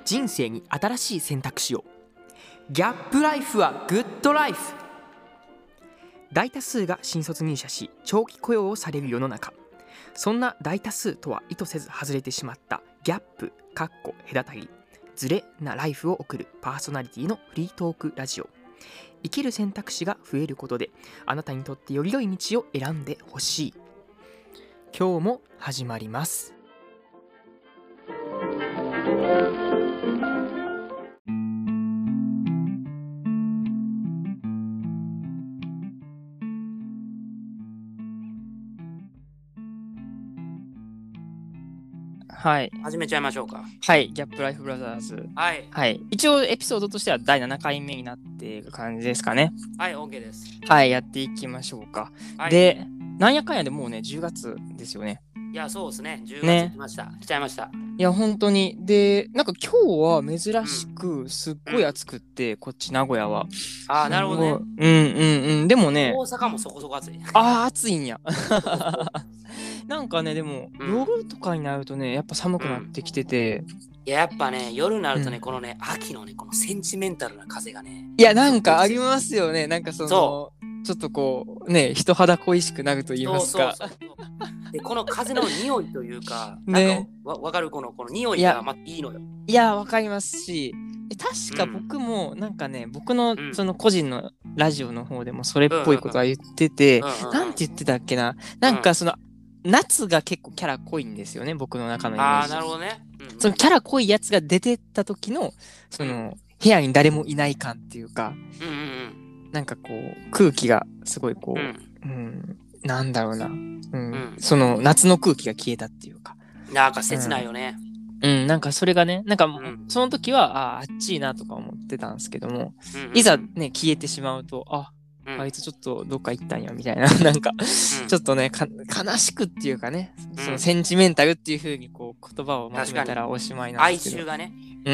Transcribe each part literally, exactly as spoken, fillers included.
人生に新しい選択肢を。ギャップライフはグッドライフ。大多数が新卒入社し長期雇用をされる世の中、そんな大多数とは意図せず外れてしまったギャップかっこ隔たりズレなライフを送るパーソナリティのフリートークラジオ。生きる選択肢が増えることであなたにとってより良い道を選んでほしい。今日も始まります。はい、 始めちゃいましょうか。 はい、ギャップライフブラザーズ。 はい。 はい、一応エピソードとしてはだいななかいめになっている感じですかね。 はい、OK です。 はい、やっていきましょうか。 はい、 で、なんやかんやでもうね、じゅうがつですよね。 いや、そうですね。じゅうがつ来ました。ね、来ちゃいました。 いや、本当に。で、なんか今日は珍しくすっごい暑くって、うん、こっち名古屋は。 ああ、なるほどね。 うんうんうん。でもね、 大阪もそこそこ暑い。 ああ、暑いんや。なんかね、でも、うん、夜とかになるとね、やっぱ寒くなってきてて。 うん、いや、やっぱね、夜になるとね、うん、このね、秋のね、このセンチメンタルな風がね。 いや、なんかありますよね。なんかその、 そうちょっとこう、ね、人肌恋しくなると言いますか。 そうそうそうで、この風の匂いというか、ね、なんかわ分かるこの、この匂いがまいいのよ。 いや、わかりますし、確か僕もなんかね、うん、僕のその個人のラジオの方でもそれっぽいことは言ってて、なんて言ってたっけな、なんかその、うん、夏が結構キャラ濃いんですよね、僕の中のイメージ。 ああ、なるほどね。 うん、そのキャラ濃いやつが出てった時のその、うん、部屋に誰もいない感っていうか、 うんうんうん、 なんかこう空気がすごいこう、うんうん、なんだろうな、うんうん、その夏の空気が消えたっていうか、 なんか切ないよね。 うんうん、なんかそれがね、なんか、うん、その時はああっちいなとか思ってたんですけども、うんうんうん、いざね消えてしまうと、あ、うん、あいつちょっとどっか行ったんやみたいな、なんか、うん、ちょっとねか悲しくっていうかね、うん、そのセンチメンタルっていう風にこう言葉をまとめたらおしまいなんですけど。 哀愁がね。 うん。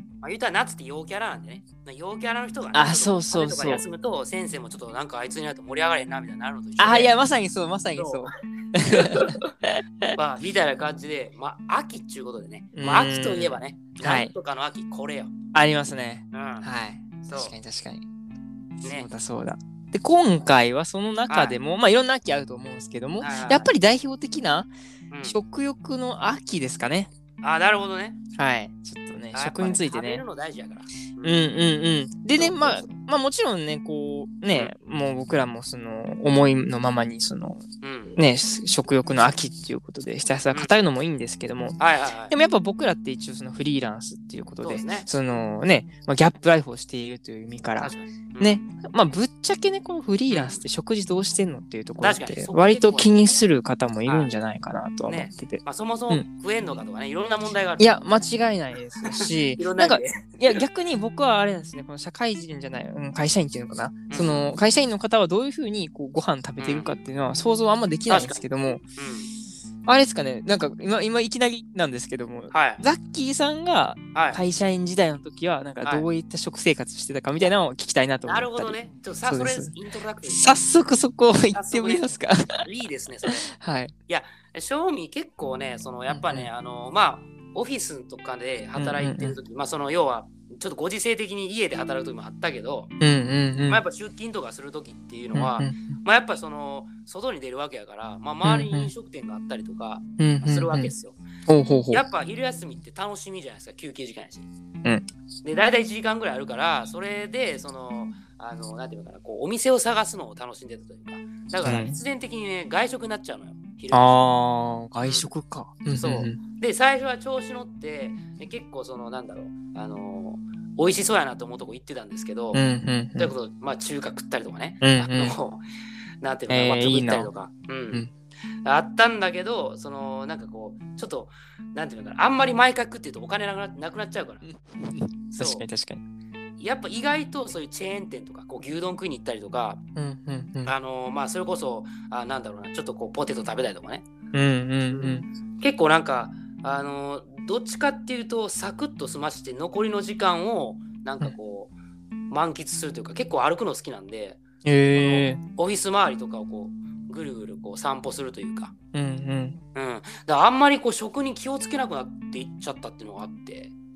まあ、言うたら夏って陽キャラなんでね。陽キャラの人がね、 あ、そうそうそう。 休むと先生もちょっとなんかあいつになると盛り上がれんなみたいになるのと一緒で。 あ、いやまさにそうまさにそう。そうまあみたいな感じで、まあ秋っていうことでね。まあ秋といえばね、なんとかの秋これよ。 ありますね。 うん。 はい。確かに確かに。 ね、 そうだそうだ。で今回はその中でも、はい、まあいろんな秋あると思うんですけども、やっぱり代表的な食欲の秋ですかね。 うん、あ、なるほどね。 はい。ちょっとね、食についてね。 食べるの大事やから。 うんうんうん。でね、まあ、まあもちろんね、こう、ね、うん、もう僕らもその、思いのままに、その、うん、ね、食欲の秋っていうことで、ひたすら語るのもいいんですけども、うん、 はいはいはい。 でもやっぱ僕らって一応そのフリーランスっていうことで、 そ, ね、 そのね、まあ、ギャップライフをしているという意味から、うん、ね、まあぶっちゃけね、このフリーランスって食事どうしてんのっていうところって、割と気にする方もいるんじゃないかなとは思ってて。 ね、まあそもそも食えんのかとかね、うん、いろんな問題がある。 いや、間違いないですし、 いろんななんか、いや、逆に僕はあれなんですね、この社会人じゃない、うん、会社員っていうのかな、うん、その会社員の方はどういうふうにこうご飯食べてるかっていうのは想像あんまできないんですけども、うん、あれですかね、なんか今、今いきなりなんですけども、はい、ザッキーさんが会社員時代の時は、なんかどういった食生活してたかみたいなのを聞きたいなと思ったり。 なるほどね。ちょっとさ、それ、イントロダクション。 早速そこ行ってみますか。 いいですね、それ。 はい。 いや、正味結構ね、そのやっぱね、うんうん、あの、まあ、オフィスとかで働いてる時、うんうんうん、まあ、その要は、ちょっとご時世的に家で働く時もあったけど、 うんうんうん、 まあ、やっぱ出勤とかする時っていうのは、うんうん、まあ、やっぱその外に出るわけやから、まあ、周りに飲食店があったりとかするわけですよ。 うんうんうん、 やっぱ昼休みって楽しみじゃないですか、休憩時間やし。 うん、 で、大体いちじかんぐらいあるから、それでそのあのなんていうのかな、こうお店を探すのを楽しんでたというか、だから必然的にね、外食になっちゃうのよ。昼ああ、外食か。 うん、そう。で、最初は調子乗って、結構そのなんだろう、あの美味しそうやなと思うとこ行ってたんですけど、 うんうんうん、 ということで、まあ中華食ったりとかね、 うんうん、 あのなんていうのかな、 えー、 和食行ったりとか、 いいうん、あったんだけど、そのなんかこうちょっとなんていうのかな、あんまり毎回食っていうとお金なくななくなっちゃうから、うん、 確かに確かに。 やっぱ意外とそういうチェーン店とかこう牛丼食いに行ったりとか、 うんうんうん、 あのまあそれこそあなんだろうな、ちょっとこうポテト食べたりとかね、 うんうんうん、 結構なんかあのどっちかっていうとサクッと済まして残りの時間をなんかこう、うん、満喫するというか、結構歩くの好きなんで、 えー、 オフィス周りとかをこうぐるぐるこう散歩するというか、 うんうんうん、だからあんまりこう食に気をつけなくなっていっちゃったっていうのがあって、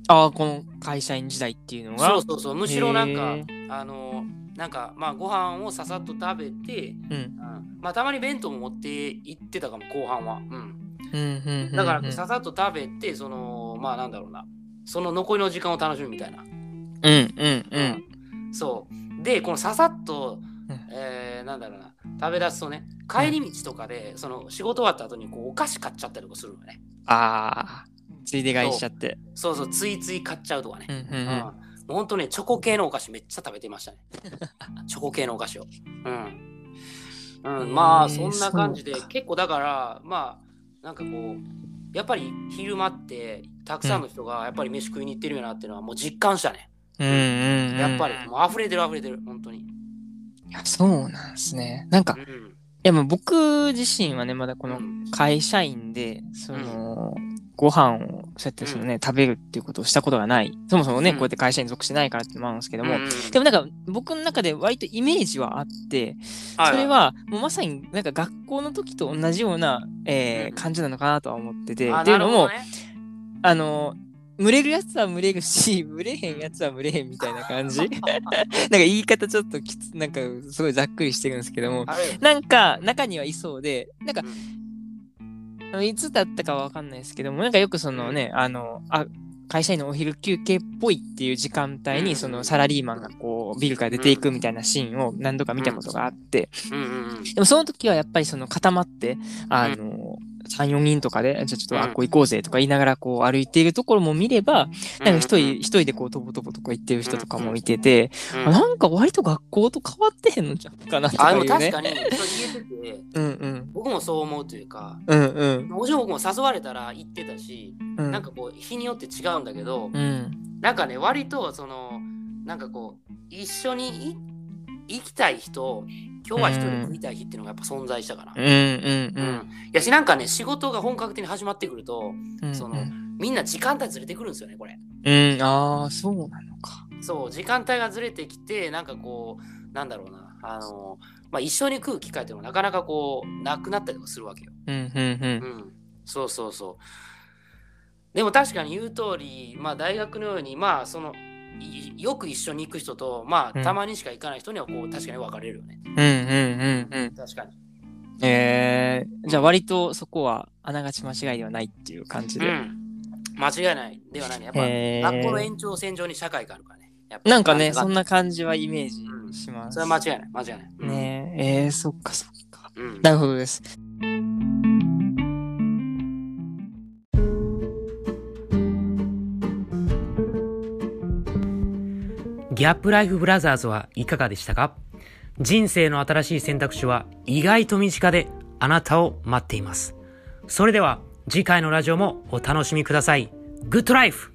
ああ、この会社員時代っていうのが。 そうそうそう。むしろなんかへ、 あの、なんか、まあ、ご飯をささっと食べて、 うん。 うんまあ、たまに弁当も持って行ってたかも、後半は。うん。 うんうんうんうん。 だから、ささっと食べて、その、まあ、なんだろうな。その残りの時間を楽しむみたいな。 うんうんうん。 うん。そう。で、このささっと、 うんえー、なんだろうな。食べ出すとね、帰り道とかで、その仕事終わった後にこうお菓子買っちゃったりとかするのね。 ああ、ついで買いしちゃって。 そうそう、ついつい買っちゃうとかね。 うんうんうん。もうほんとね、チョコ系のお菓子めっちゃ食べてましたね。チョコ系のお菓子を。うん。うん、 へーまあ、そんな感じでそう、か結構だから、まあ、なんかこう、やっぱり昼間って、たくさんの人がやっぱり飯食いに行ってるよなっていうのはもう実感したね。 うんうんうん。 やっぱり、もう溢れてる溢れてる、本当に。 いや、そうなんですね。なんか、いうん。 やもう僕自身はね、まだこのうん会社員で、その、ご飯をそうやってそのね、食べるっていうことをしたことがない。そもそもね、 うんこうやって会社に属してないからってのもあるんですけども、 うんうんでもなんか僕の中で割とイメージはあって、 はいそれはもうまさになんか学校の時と同じような、えーうん感じなのかなとは思ってて、 あ、 っていうのも、 なるほどね。 あの、群れるやつは群れるし、群れへんやつは群れへんみたいな感じなんか言い方ちょっときつ、なんかすごいざっくりしてるんですけども、 あれなんか中にはいそうで、なんかうんあのいつだったかはわかんないですけども、なんかよくそのね、あの、あ、会社員のお昼休憩っぽいっていう時間帯うんに、そのサラリーマンがこう、ビルから出ていくみたいなシーンを何度か見たことがあって、 うんうんうんでもその時はやっぱりその固まって、あの、さん、よにんとかで、じゃあちょっとうんあっこ行こうぜとか言いながらこう歩いているところも見れば、なんか一人、一人でこう、とぼとぼとか行ってる人とかもいてて、 うんあなんか割と学校と変わってへんのちゃうかなとあ、 かいうね。 でも確かに、そう言えてて、 うんうん。 僕もそう思うというか、 うんうん。 もちろん僕も誘われたら行ってたし、 うん。 なんかこう、日によって違うんだけど、 うん。 なんかね、割とその、なんかこう、一緒にい行きたい人、今日は一人で食いたい日っていうのがやっぱ存在したかな。 うんうんうん。 うん。やし、なんかね、仕事が本格的に始まってくると、 うんその、みんな時間帯ずれてくるんですよね、これ。 うん、ああ、そうなのか。 そう、時間帯がずれてきて、なんかこう、なんだろうな、あの、まあ、一緒に食う機会っていうのがなかなかこう、なくなったりとかするわけよ。 うんうんうん。 うん。そうそうそう。でも確かに言う通り、まあ大学のように、まあその、いよく一緒に行く人と、まうんあたまにしか行かない人にはこう、確かに分かれるよね。 うんうんうんうん。 確かに。 えー、じゃあ割とそこはあながち間違いではないっていう感じで。 うん。間違いないではないね。やっぱ、 へー学校の延長線上に社会があるからね。やっぱなんかね、 がそんな感じはイメージします。 それは間違いない。間違いない。うんねえ、えー、そっかそっか。 うん。 なるほどです。 ギャップライフブラザーズはいかがでしたか？人生の新しい選択肢は意外と身近であなたを待っています。それでは次回のラジオもお楽しみください。グッドライフ！